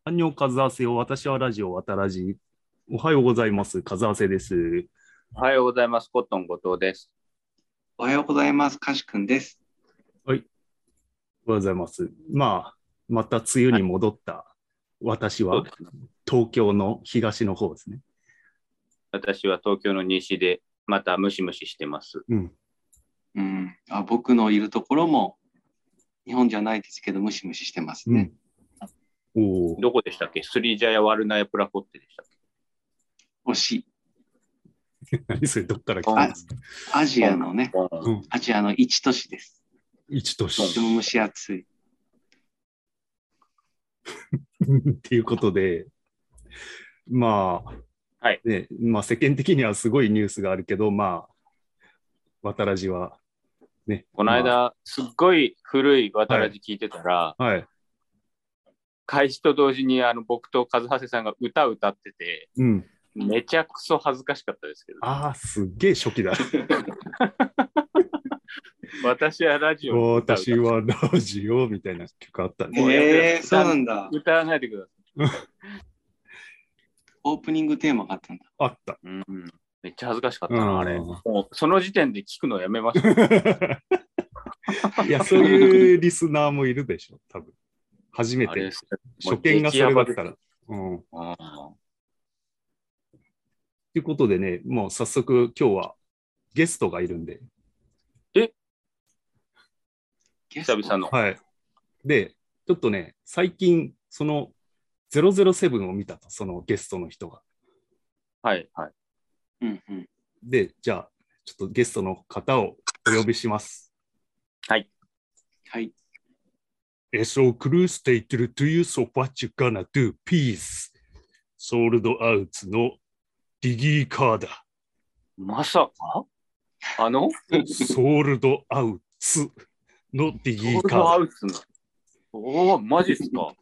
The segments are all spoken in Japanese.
アンニョンカズアセよ。私はラジオ、わたらじ。おはようございます。カズアセです。 おはようございます。コットン後藤です。 おはようございます。かしくんです。 はい。おはようございます。また梅雨に戻った私は、東京の東の方ですね。 私は東京の西で、またムシムシしてます。 僕のいるところも、日本じゃないですけど、ムシムシしてますね。 どこでしたっけ？スリジャヤワルナヤプラコッテでしたっけ？惜しい。 何それ、どっから来たんですか？ アジアのね、アジアの一都市です。 一都市。 とても蒸し暑い。 っていうことで、 はい。 ね、世間的にはすごいニュースがあるけど、わたらじは、ね。 この間、すっごい古いわたらじ聞いてたら、 はい。 開始と同時に僕と和橋さんが歌ってて、めちゃくそ恥ずかしかったですけど。 すっげえ初期だ。 私はラジオ。 私はラジオみたいな曲あったね。そうなんだ。 歌わないでください。 オープニングテーマがあったんだ。 あった。 めっちゃ恥ずかしかったな、あれ。もうその時点で聞くのやめました。 いや、そういうリスナーもいるでしょ、多分。初めて。初見がそれだったら。ということでね、もう早速今日はゲストがいるんで。 久々の。 はい。で、ちょっとね、最近、その007を見たと、そのゲストの人が。 はいはい。 で、じゃあ、ちょっとゲストの方をお呼びします。 はい。 はい。 So, Crew stated to you, so what you gonna do? Peace. Sold out のディギーカーだ。 まさかソールドアウツのディギーカーダ。 ソールドアウツの。おー、マジっすか。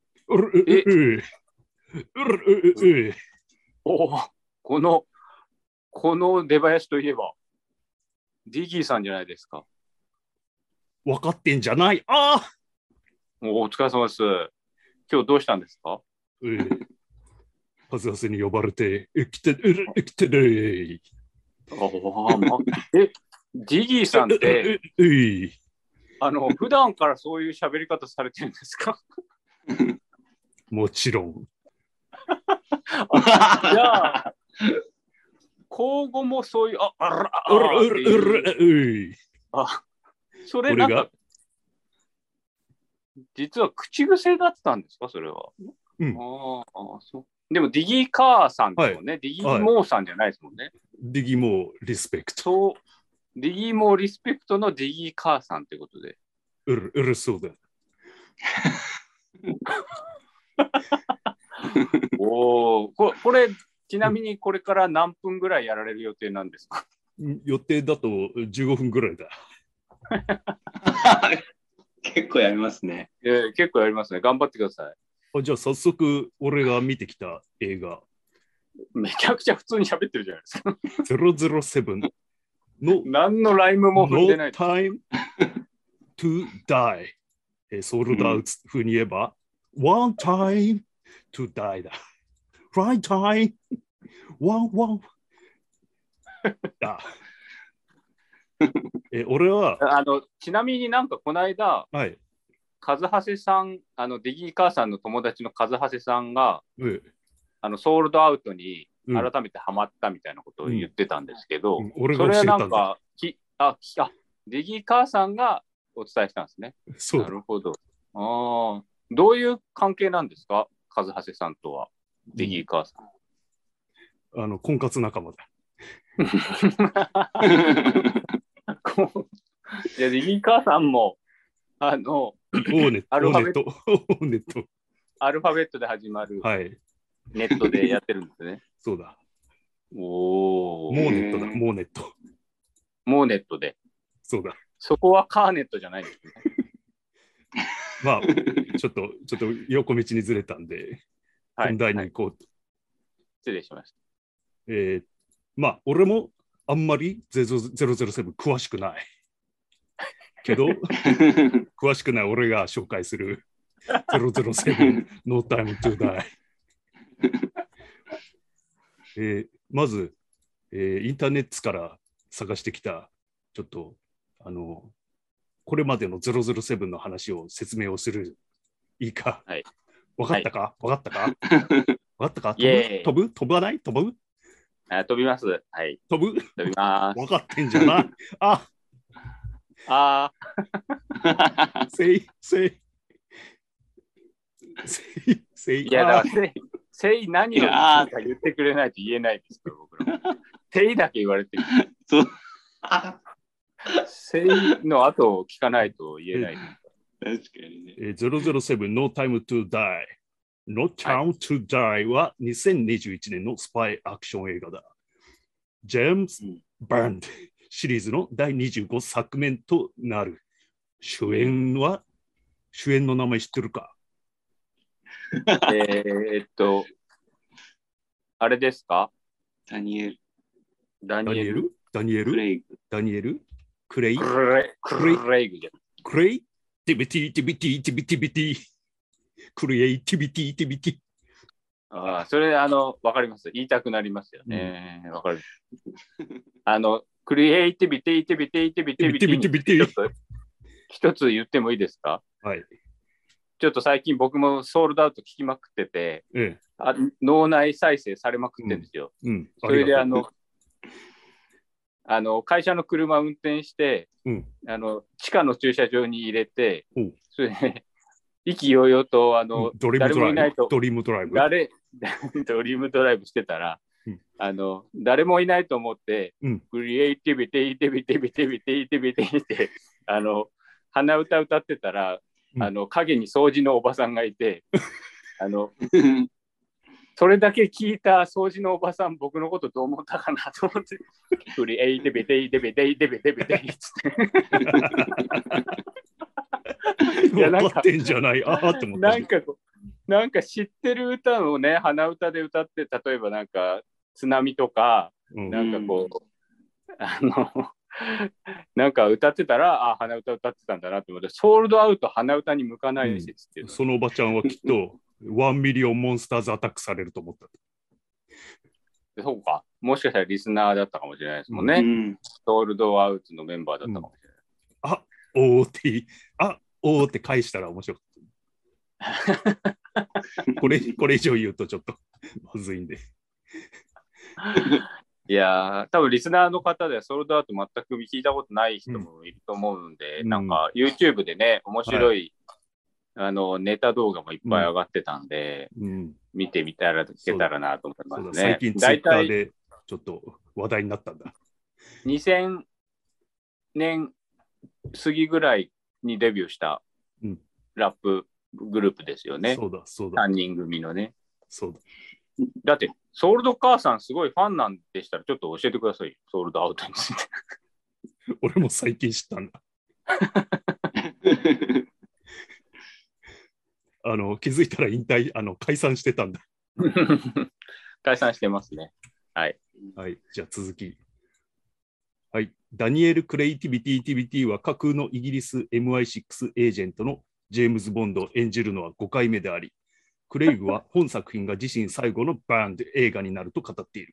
この出囃子といえば、ディギーさんじゃないですか。 分かってんじゃない。 お疲れ様です。今日どうしたんですか？ パズハスに呼ばれて、来てねディギーさんって、普段からそういう喋り方されてるんですか？ もちろん。 じゃあ、口語もそういう、それなんか、実は口癖だったんですか、それは。でも、ディギーカーさんですもんね。ディギーモーさんじゃないですもんね。 ディギーモーリスペクト。 そう、ディギーモーリスペクトのディギーカーさんってことで。 そうだ。 これ、ちなみにこれから何分ぐらいやられる予定なんですか？ 予定だと15分ぐらいだ。 結構やりますね。 結構やりますね。頑張ってください。じゃあ早速、俺が見てきた映画。 めちゃくちゃ普通に喋ってるじゃないですか。 007の何のライムも踏んでない。 No time to die。ソールドアウト風に言えば、One time to die だ。Right time。One。だ。俺はちなみになんかこの間、 はい、 和橋さん、ディギーカーさんの友達の和橋さんが、ソールドアウトに改めてハマったみたいなことを言ってたんですけど、それはなんかディギーカーさんがお伝えしたんですね。なるほど。どういう関係なんですか、和橋さんとは、ディギーカーさん。婚活仲間だ。 いや、ディギーカーさんも、アルファベットで始まる、ネットでやってるんですね。 そうだ。 モーネットだ、モーネット。 モーネットで。 そうだ。 そこはカーネットじゃないんですね。 ちょっと横道にずれたんで、本題に行こうと。 失礼しました。 俺もあんまり007詳しくない。けど、詳しくない俺が紹介する 007 No Time to Die。まず、インターネットから探してきた、ちょっと、これまでの007の話を説明をする。いいか。 はい。 わかったかわかったかわかったか飛ばない飛ぶ飛びます。はい。 飛びます。 わかってんじゃない。せい。 いや、だからせい何を言ってくれないと言えないですから、僕ら。せいだけ言われてる。 そう。 せいの後を聞かないと言えない。 確かにね。 007 No Time to Die。No Time to Die は2021年のスパイアクション映画だ。ジェームズ・バンドシリーズの第25作目となる。主演の名前知ってるか？ あれですか？ ダニエル・クレイティビティクリエイティビティ。 それ、わかります。言いたくなりますよね。わかる。クリエイティビティ一つ言ってもいいですか？ はい。 ちょっと最近僕もソールドアウト聞きまくってて、脳内再生されまくってるんですよ。それで会社の車を運転して、地下の駐車場に入れて、それで意気揚々と誰もいないとドリームドライブしてたら、誰もいないと思って、クリエイティビティって鼻歌歌ってたら、影に掃除のおばさんがいて、それだけ聞いた掃除のおばさん、僕のことどう思ったかなと思って、クリエイティビティっていや、分かってんじゃない。って思った。 なんか知ってる歌をね、鼻歌で歌って、例えばなんか津波とか、なんかこう、なんか歌ってたら、鼻歌歌ってたんだなと思って、ソールドアウト鼻歌に向かない説っていう、 そのおばちゃんはきっと、1ミリオンモンスターズアタックされると思った。 そうか。もしかしたらリスナーだったかもしれないですもんね。ソールドアウトのメンバーだったかもしれない。 おーって返したら面白かった。これ以上言うとちょっとまずいんで。 いやー、多分リスナーの方でソールドアウト全く聞いたことない人もいると思うんで、なんか YouTube でね、面白い、ネタ動画もいっぱい上がってたんで、見てみたらいけたらなと思いますね。 最近ツイッターでちょっと話題になったんだ。 2000年過ぎぐらいにデビューしたラップグループですよね。 そうだ。 3人組のね。 そうだ。 だって、ソールド母さんすごいファンなんでしたら、ちょっと教えてくださいよ。ソールドアウトについて。 俺も最近知ったんだ。気づいたら解散してたんだ。 解散してますね。はい。 はい。じゃあ続き。はい。ダニエル・クレイティビティは架空のイギリス MI6 エージェントのジェームズ・ボンドを演じるのは5回目であり、クレイグは本作品が自身最後のバンド映画になると語っている。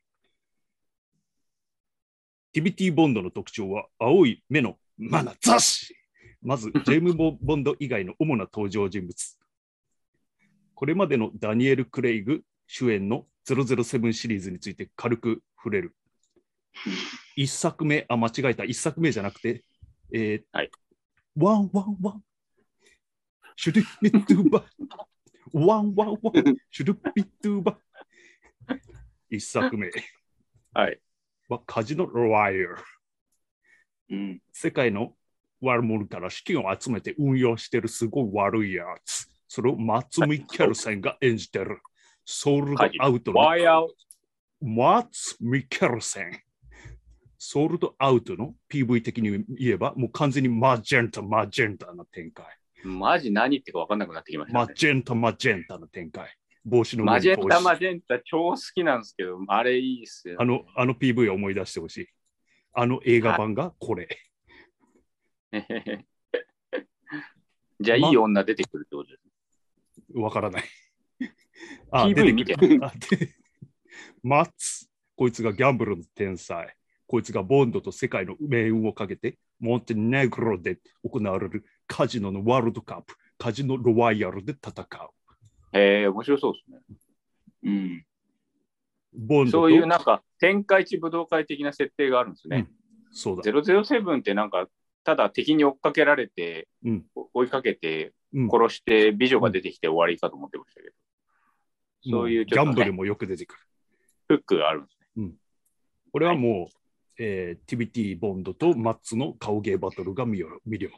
ティビティ・ボンドの特徴は青い目の眼差し。まず、ジェームズ・ボンド以外の主な登場人物。これまでのダニエル・クレイグ主演の007シリーズについて軽く触れる。一作目、間違えた。一作目じゃなくて、 はい。 ワンワンワン。シュルピトゥバ。ワンワンワン。シュルピトゥバ。一作目。 はい。 はカジノ・ロワイヤー。世界の悪者から資金を集めて運用しているすごい悪いやつ。それをマッツ・ミッケルセンが演じてる。ソールドアウトのマッツ・ミッケルセン。ソールドアウトの PV 的に言えば、もう完全にマジェンタな展開。 マジ何言ってか分かんなくなってきました、ね。 マジェンタな展開。帽子のマジェンタ超好きなんですけど、あれいいっすよ、ね。 あの PV を思い出してほしい。映画版がこれ。 じゃあ、いい女出てくるってことです。 わからない。 PV 見て。 マッツ。こいつがギャンブルの天才。こいつがボンドと世界の命運をかけて、モンテネグロで行われるカジノのワールドカップ、カジノロワイヤルで戦う。 面白そうですね。ボンドそういうなんか天下一武道会的な設定があるんですね。 そうだ。 007ってなんか、ただ敵に追っかけられて、追いかけて、殺して美女が出てきて終わりかと思ってましたけど。そういうちょっと、ギャンブルもよく出てくる。 フックがあるんですね。 これはもう、ティビティ・ボンドとマッツの顔芸バトルが魅力。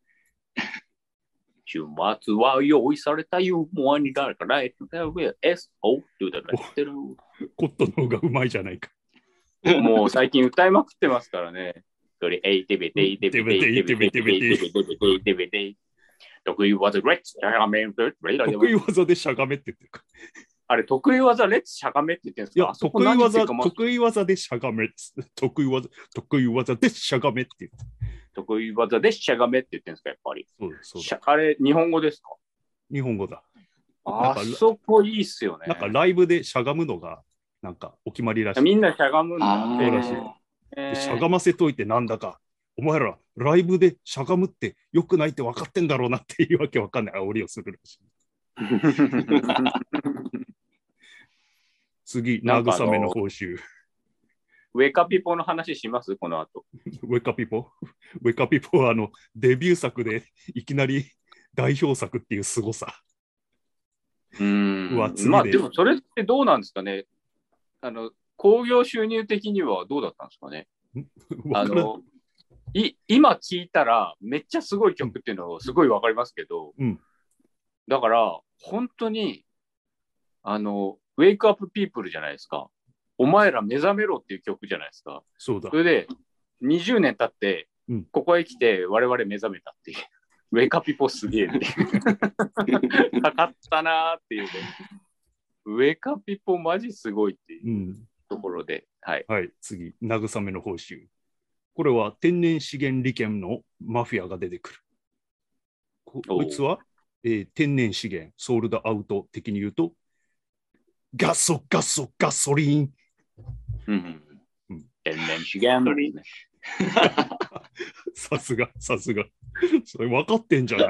週末は用意されたユーモアになるから、SO って歌ってる。 コットの方がうまいじゃないか。 もう最近歌いまくってますからね。それ、ティビティ、ティビティ、ティビティ、ティビティ、ティビティ、ティビティ。得意技、レッツ、しゃがめ。 得意技でしゃがめって言ってるか。 あれ、得意技、レッツしゃがめって言ってるんですか？いや、 得意技でしゃがめ。得意技でしゃがめって言って。 得意技でしゃがめって言ってるんですか、やっぱり。 そうあれ、日本語ですか？ 日本語だ。 あそこいいっすよね。 なんかライブでしゃがむのが、なんかお決まりらしい。 みんなしゃがむんだ。 そうらしい。しゃがませといてなんだか。お前ら、ライブでしゃがむってよくないって分かってんだろうなっていうわけわかんない煽りをするらしい。次、慰めの報酬。 ウェカピポの話しますこの後。 ウェカピポはデビュー作でいきなり代表作っていう凄さ。 まあでもそれってどうなんですかね。興行収入的にはどうだったんですかね。今聞いたらめっちゃすごい曲っていうのをすごいわかりますけど、だから本当にウェイクアップピープルじゃないですか。お前ら目覚めろっていう曲じゃないですか。 そうだ。 それで20年経って、ここへ来て我々目覚めたっていう。ウェイクアップピポすげえって。かかったなーっていうね。ウェイクアップピポマジすごいっていうところで。はい。 次、慰めの報酬。これは天然資源利権のマフィアが出てくる。こいつは、天然資源、ソールドアウト的に言うと、ガソリン。 天然資源。 さすが。それ分かってんじゃない。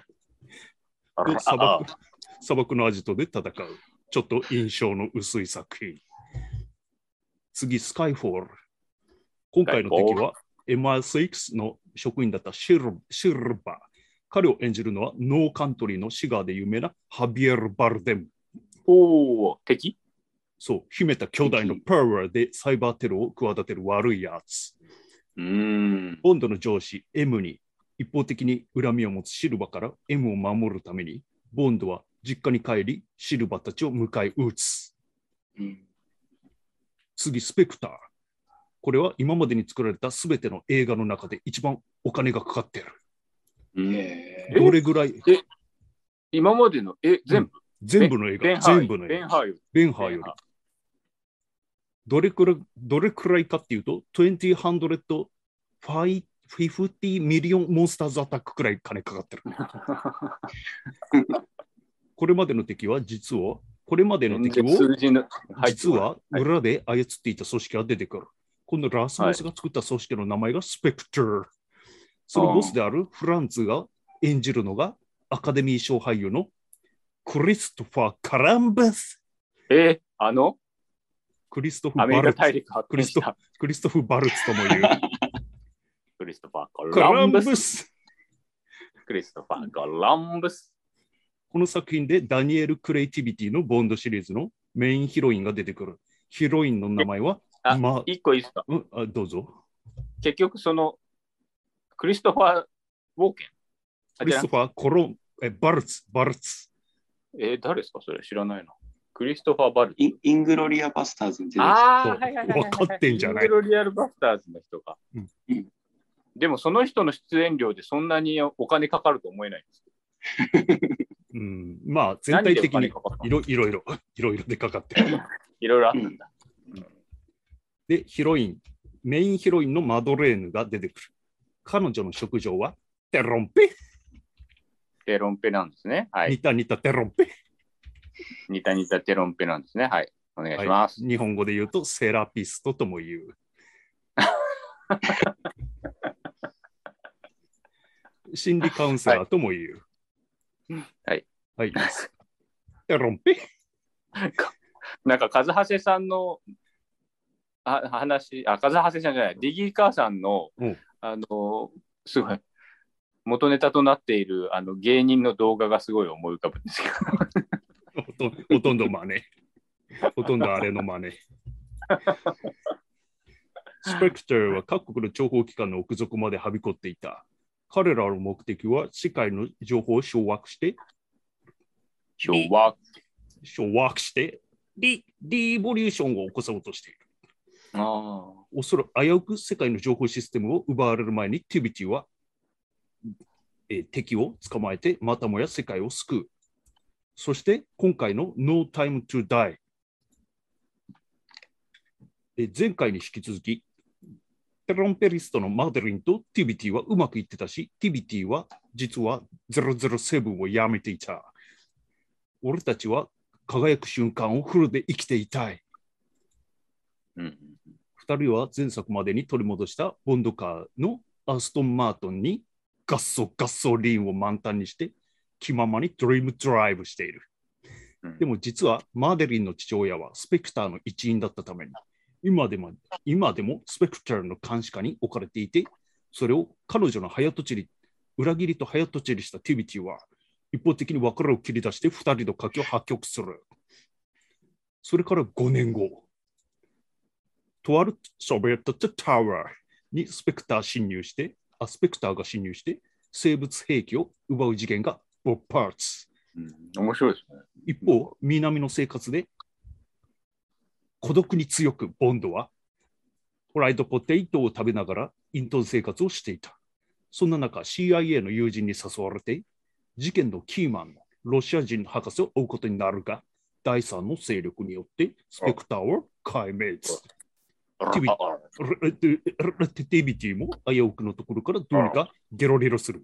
砂漠のアジトで戦う。ちょっと印象の薄い作品。次、スカイフォール。今回の敵は MI6 の職員だったシルバー。彼を演じるのはノーカントリーのシガーで有名なハビエル・バルデム。 敵？ そう、秘めた巨大のパワーでサイバーテロを企てる悪いやつ。ボンドの上司 M に一方的に恨みを持つシルバーから M を守るために、ボンドは実家に帰り、シルバーたちを迎え撃つ。次、スペクター。これは今までに作られたすべての映画の中で一番お金がかかっている。どれぐらい？ 今までの全部の映画。全部の映画。ベンハーより。どれくらいかっていうと、2050ミリオンモンスターズアタックくらい金かかってる。これまでの敵は実は裏で操っていた組織が出てくる。今度ラスボスが作った組織の名前がスペクター。そのボスであるフランツが演じるのがアカデミー賞俳優のクリストファー・カランブス。クリストフ・バルツ。クリストフ・バルツとも言う。 クリストファー・カランブス。クリストファー・カランブス。 この作品でダニエル・クレイティビティのボンドシリーズのメインヒロインが出てくる。ヒロインの名前は一個いいですか？ どうぞ。 結局クリストファー・ウォーケン。 クリストファー・バルツ。 誰ですかそれ知らないの。クリストファー・バルツ。 イングロリア・バスターズに出てる。分かってんじゃない。 イングロリアル・バスターズの人か。でもその人の出演料でそんなにお金かかると思えないんですまあ全体的にいろいろでかかってる。 いろいろあったんだ。 で、メインヒロインのマドレーヌが出てくる。彼女の職業はテロンペ。 テロンペなんですね。はい。 ニタニタテロンペ。 ニタニタテロンペなんですね。はい。お願いします。 はい、日本語で言うとセラピストとも言う。心理カウンセラーとも言う。はい。 はい。テロンペ。 なんか、カズハセさんの話、カズハセさんじゃない、ディギー母さんの、すごい、元ネタとなっている芸人の動画がすごい思い浮かぶんですけど。ほとんど真似。ほとんどあれの真似。スペクターは各国の諜報機関の奥底まではびこっていた。彼らの目的は世界の情報を掌握して、 掌握してリボリューションを起こそうとしている。おそらく危うく世界の情報システムを奪われる前にティビティは、敵を捕まえてまたもや世界を救う。そして今回の No Time to Die、前回に引き続きテロンペリストのマデリンとティビティはうまくいってたし、ティビティは実は007をやめていた。俺たちは輝く瞬間をフルで生きていたい。2人は前作までに取り戻したボンドカーのアストン・マートンにガソリンを満タンにして気ままにドリームドライブしている。でも実はマデリンの父親はスペクターの一員だったために今でもスペクターの監視下に置かれていて、それを彼女の裏切りと早とちりしたティビティは一方的に別れを切り出して2人の賭けを破局する。それから5年後、とあるソビエトタワーにスペクターが侵入して生物兵器を奪う事件が勃発。 面白いですね。 一方、南の生活で孤独に強くボンドはフライドポテトを食べながら隠遁生活をしていた。そんな中、CIA の友人に誘われて事件のキーマンのロシア人の博士を追うことになるが、第三の勢力によってスペクターを壊滅。ティビティも危うくのところからどうにかゲロリロする。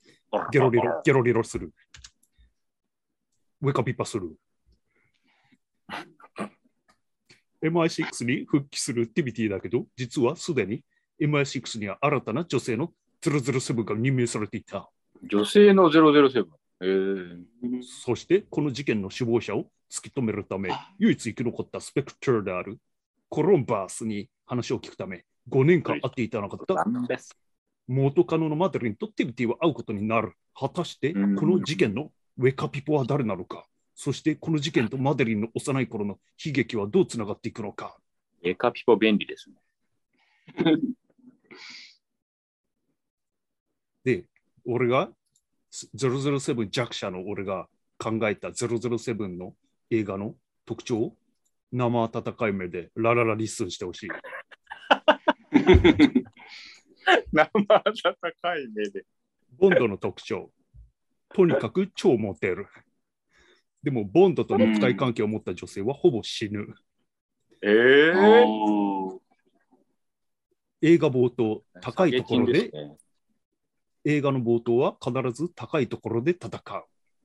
ウェカピパする。MI6 に復帰するティビティだけど、実はすでに MI6 には新たな女性の007が任命されていた。 女性の007。 そしてこの事件の首謀者を突き止めるため、唯一生き残ったスペクターであるコロンバースに話を聞くため、5年間会っていたなかった元カノのマデリンとティビティは会うことになる。果たしてこの事件のウェカピポは誰なのか。そしてこの事件とマデリンの幼い頃の悲劇はどうつながっていくのか。 ウェカピポ便利ですね。 で、俺が007弱者の俺が考えた007の映画の特徴を生温かい目でラララリッスンしてほしい。 生温かい目で。 ボンドの特徴。とにかく超モテる。でもボンドと肉体関係を持った女性はほぼ死ぬ。映画冒頭、高いところで、映画の冒頭は必ず高いところで戦う。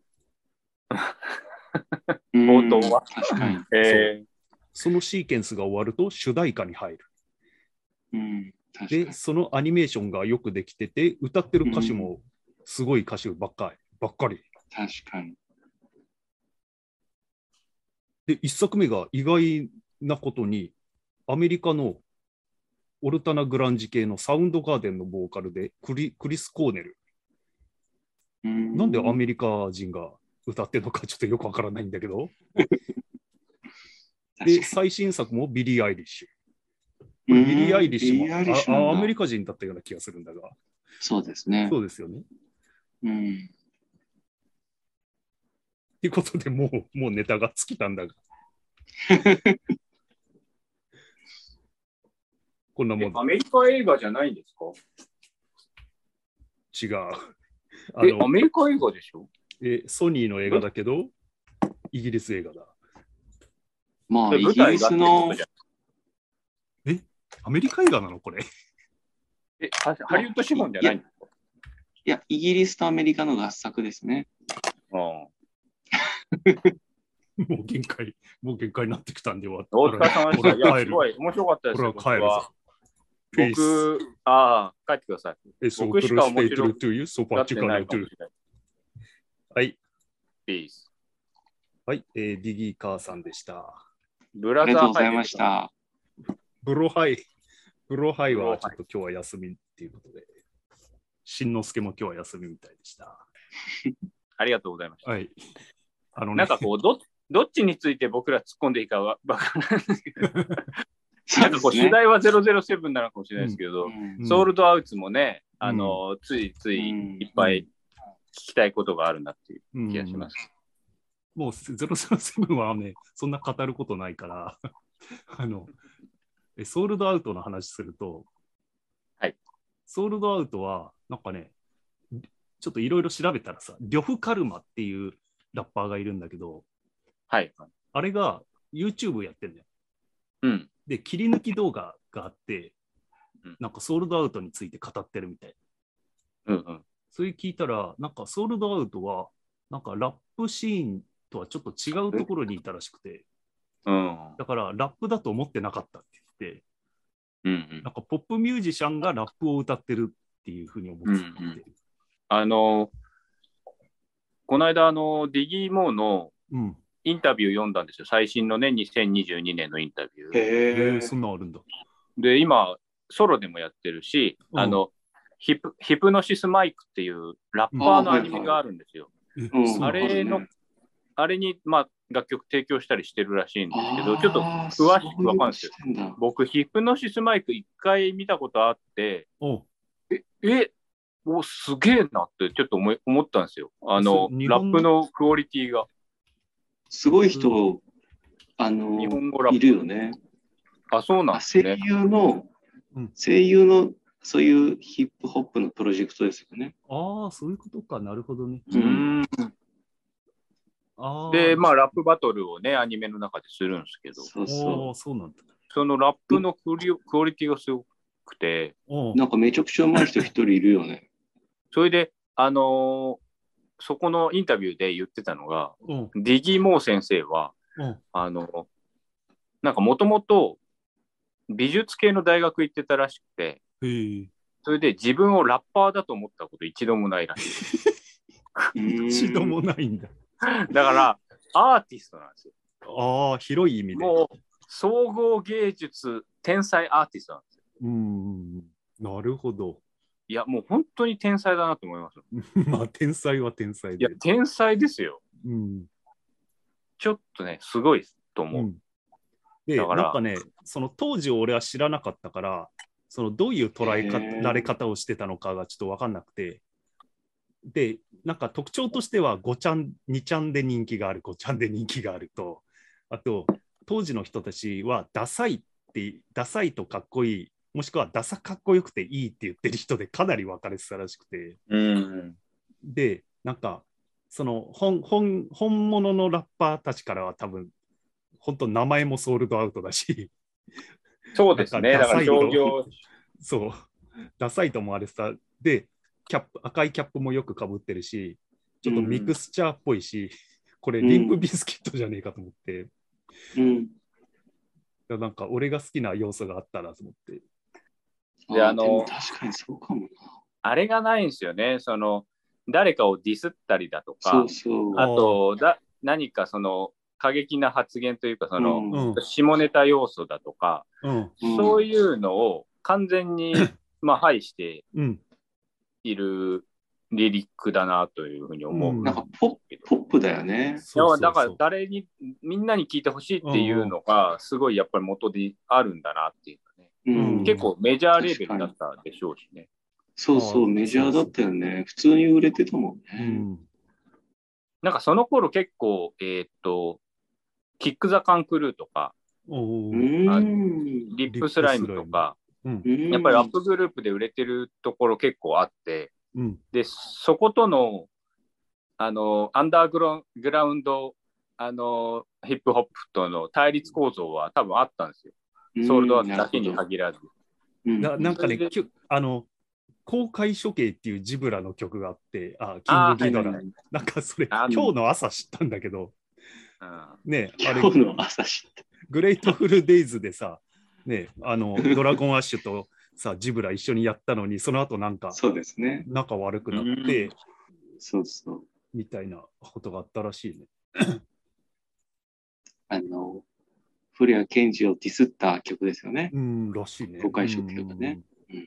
冒頭は確かに、 そのシーケンスが終わると主題歌に入る。で、そのアニメーションがよくできてて、歌ってる歌手もすごい歌手ばっかり。 確かに。 で、一作目が意外なことに、アメリカのオルタナグランジ系のサウンドガーデンのボーカルでクリス・コーネル。なんでアメリカ人が歌ってるのかちょっとよくわからないんだけど。で、最新作もビリー・アイリッシュ。ビリー・アイリッシュもアメリカ人だったような気がするんだが。 そうですね。 そうですよね。ということでもうネタが尽きたんだが。こんなもん。 アメリカ映画じゃないんですか？ 違う。 アメリカ映画でしょ？ ソニーの映画だけど、イギリス映画だ。 まあ、イギリスの。 アメリカ映画なのこれ。 ハリウッド資本じゃないんですか？ いや、イギリスとアメリカの合作ですね。 もう限界になってきたんでは。 お疲れ様でした。いや、すごい面白かったですよ。 俺は帰るぞ。 僕、帰ってください。僕しか面白くないかもしれない。 はい。 ピース。 はい、ディギーカーさんでした。 ありがとうございました。 ブロハイはちょっと今日は休みっていうことで、しんのすけも今日は休みみたいでした。 ありがとうございました。 はい。 なんかこう、どっちについて僕ら突っ込んでいいかわからないんですけど、なんかこう、主題は007なのかもしれないですけど、ソールドアウツもね、ついついいっぱい聞きたいことがあるなっていう気がします。 もう007はね、そんな語ることないから、ソールドアウトの話すると、 はい。 ソールドアウトは、なんかね、ちょっといろいろ調べたらさ、リョフ・カルマっていうラッパーがいるんだけど、 はい。 あれが YouTube やってんだよ。 うん。 で、切り抜き動画があって、なんかソールドアウトについて語ってるみたい。 うんうん。 それ聞いたら、なんかソールドアウトは、なんかラップシーンとはちょっと違うところにいたらしくて、だからラップだと思ってなかったって言って、なんかポップミュージシャンがラップを歌ってるっていうふうに思ってたって。 この間ディギー・モーのインタビュー読んだんですよ。最新のね、2022年のインタビュー。そんなあるんだ。で、 今、ソロでもやってるし、ヒプノシスマイクっていうラッパーのアニメがあるんですよ。あれに、まあ、楽曲提供したりしてるらしいんですけど、ちょっと詳しくわかんないですよ。僕、ヒプノシスマイク一回見たことあって、すげえなってちょっと思ったんですよ。ラップのクオリティが。 すごい人、日本語ラップいるよね。 そうなんですね。 声優のそういうヒップホップのプロジェクトですよね。 そういうことか。なるほどね。 で、まあ、ラップバトルをね、アニメの中でするんですけど、 そうなんだ。 そのラップのクオリティがすごくて、 なんかめちゃくちゃ上手い人一人いるよね。 それで、そこのインタビューで言ってたのが、ディギー・モー先生は、なんかもともと美術系の大学行ってたらしくて、それで自分をラッパーだと思ったこと一度もないらしい。 一度もないんだ。 だから、アーティストなんですよ。 広い意味で。 もう、総合芸術、天才アーティストなんですよ。なるほど。 いや、もう本当に天才だなと思います。 まあ、天才は天才で。 いや、天才ですよ。ちょっとね、すごいと思う。 で、なんかね、その当時俺は知らなかったから、そのどういう捉えられ方をしてたのかがちょっと分かんなくて、で、なんか特徴としては5ちゃん、2ちゃんで人気がある、5ちゃんで人気があると、あと、当時の人たちはダサいとかっこいい、もしくはダサかっこよくていいって言ってる人でかなり分かれてたらしくて、で、なんか、その本物のラッパーたちからは多分、本当名前もソールドアウトだし、 そうですね、だから商業。 そう、ダサいと思われてた。で、赤いキャップもよくかぶってるし、ちょっとミクスチャーっぽいし、これリンプビスケットじゃねえかと思って、なんか俺が好きな要素があったらと思って。 で確かにそうかもな。 あれがないんですよね。その誰かをディスったりだとか、あと何かその過激な発言というか、その、下ネタ要素だとか、そういうのを完全にまあ排しているリリックだなというふうに思う。 なんかポップだよね。 だからみんなに聞いてほしいっていうのがすごいやっぱり元であるんだなっていうかね。結構メジャーレベルだったでしょうしね。 そうそう、メジャーだったよね。普通に売れてたもんね。 なんかその頃結構、キック・ザ・カン・クルーとか、リップスライムとか、やっぱりアップグループで売れてるところ結構あって、で、そことの、アンダーグラウンド、ヒップホップとの対立構造は多分あったんですよ。ソールドアウトだけに限らず。 なんかね、 公開処刑っていうジブラの曲があって、キングギドラ。なんかそれ、今日の朝知ったんだけど、ね、あれ、 今日の朝知った。 グレイトフルデイズでさ、ね、ドラゴンアッシュとさ、ジブラ一緒にやったのに、その後なんか、 そうですね。 仲悪くなって、 そうそう。 みたいなことがあったらしいね。 古谷健二をディスった曲ですよね。 らしいね。 公開処刑がね。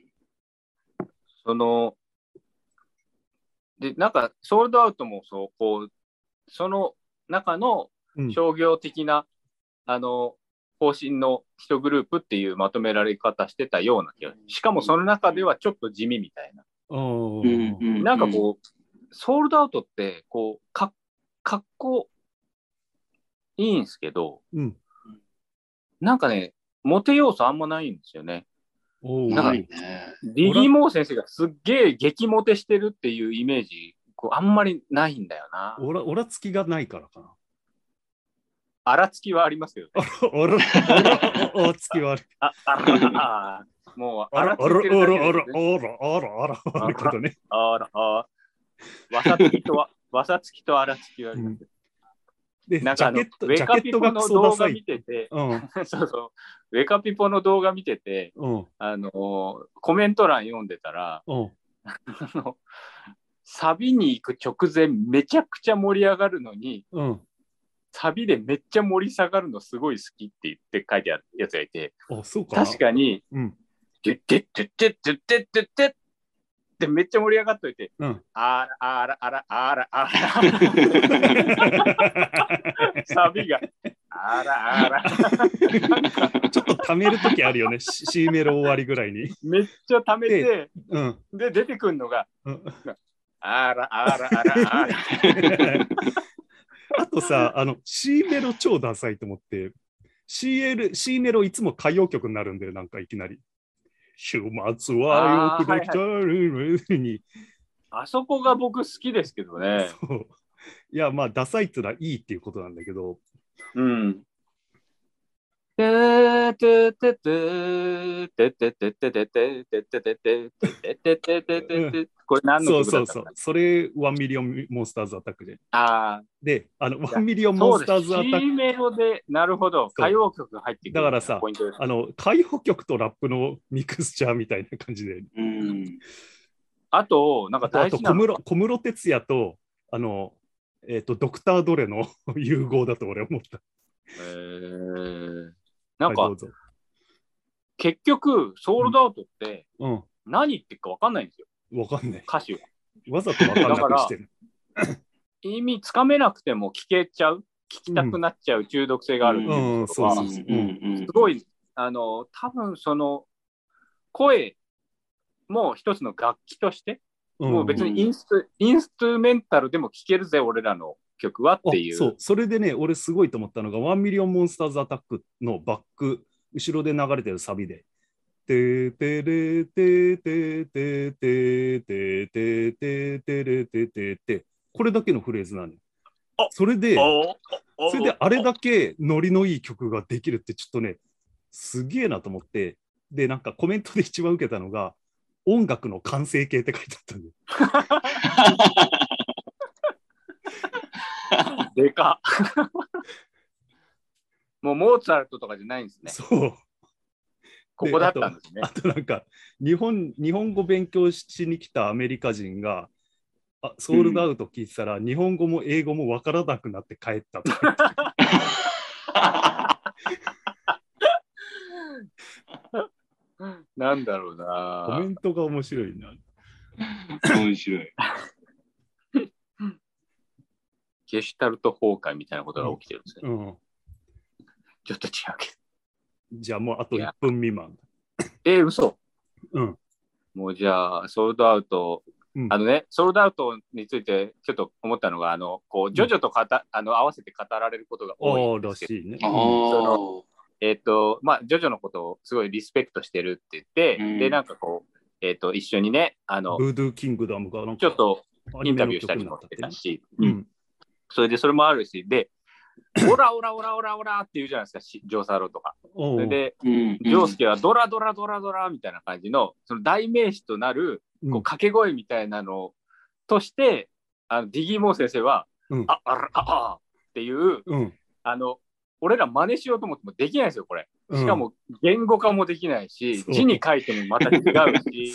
で、なんか、ソールドアウトもそう、こう、その中の商業的な、方針の一グループっていうまとめられ方してたような気がする。しかもその中ではちょっと地味みたいな。なんかこう、ソールドアウトって、こう、かっこいいんですけど、なんかね、モテ要素あんまないんですよね。なんかリギー・モー先生がすっげえ激モテしてるっていうイメージ、こうあんまりないんだよな。 オラつきがないからかな。 あらつきはありますけどね。 オラつきはある。 もう、 あらけどね。 わさつきとあらつきはあります。 で、 なんかウェカピポの動画見てて、そうそう、ウェカピポの動画見てて、コメント欄読んでたら、サビに行く直前めちゃくちゃ盛り上がるのに、サビでめっちゃ盛り下がるのすごい好きって言って書いてあるやつがいて、確かに、てってってってってってってってってめっちゃ盛り上がっといて、あらサビがあらちょっと溜めるときあるよね、C メロ終わりぐらいに。 めっちゃ溜めて、で出てくるのが、あら。 あとさ、C メロ超ダサいと思って、C メロいつも歌謡曲になるんだよ、なんかいきなり。週末はよくできたに。 あそこが僕好きですけどね。 そう。いや、まあ、ダサいってのはいいっていうことなんだけど。 これ何の曲だったそう。それ、ワンミリオンモンスターズアタックで。で、ワンミリオンモンスターズアタック。 C メロで、なるほど、歌謡曲が入ってくる。 だからさ、歌謡曲とラップのミクスチャーみたいな感じで。 あと、なんか大事なの小室哲哉と、ドクター・ドレの融合だと俺は思った。 なんか、結局、ソールドアウトって、何言ってるか分かんないんですよ。 分かんない。 歌詞は。 わざと分かんなくしてる。 意味つかめなくても聞けちゃう、聞きたくなっちゃう中毒性があるっていうことは、すごい、多分その、声も一つの楽器として、もう別にインストゥメンタルでも聴けるぜ、俺らの曲はっていう。 そう、それでね、俺すごいと思ったのが、ワンミリオンモンスターズアタックのバック、後ろで流れてるサビで、ててれててててててててれててて、これだけのフレーズなの。それであれだけノリのいい曲ができるってちょっとね、すげえなと思って、で、なんかコメントで一番受けたのが、音楽の完成形って書いてあったんで。でかもうモーツァルトとかじゃないんですね。 そう。 ここだったんですね。 あとなんか日本語勉強しに来たアメリカ人がソールドアウト聞いてたら、日本語も英語も分からなくなって帰ったとかなんだろうな。 コメントが面白いな。 面白い。 ゲシュタルト崩壊みたいなことが起きてるんですね。ちょっと違うけど。 じゃあもうあと1分未満。 嘘。もうじゃあ、ソールドアウト、ソールドアウトについてちょっと思ったのが、こうジョジョと合わせて語られることが多いんですけど、ジョジョのことをすごいリスペクトしてるって言って、で、なんかこう、一緒にね、 ブードゥーキングダムがちょっとインタビューしたりもしてたし、それでそれもあるし、で、オラって言うじゃないですか、ジョーサロとか。それで、ジョースケはドラみたいな感じの、その代名詞となるこう掛け声みたいなのとして、ディギー・モー先生は、っていう、俺ら真似しようと思ってもできないですよ、これ。しかも言語化もできないし、字に書いてもまた違うし。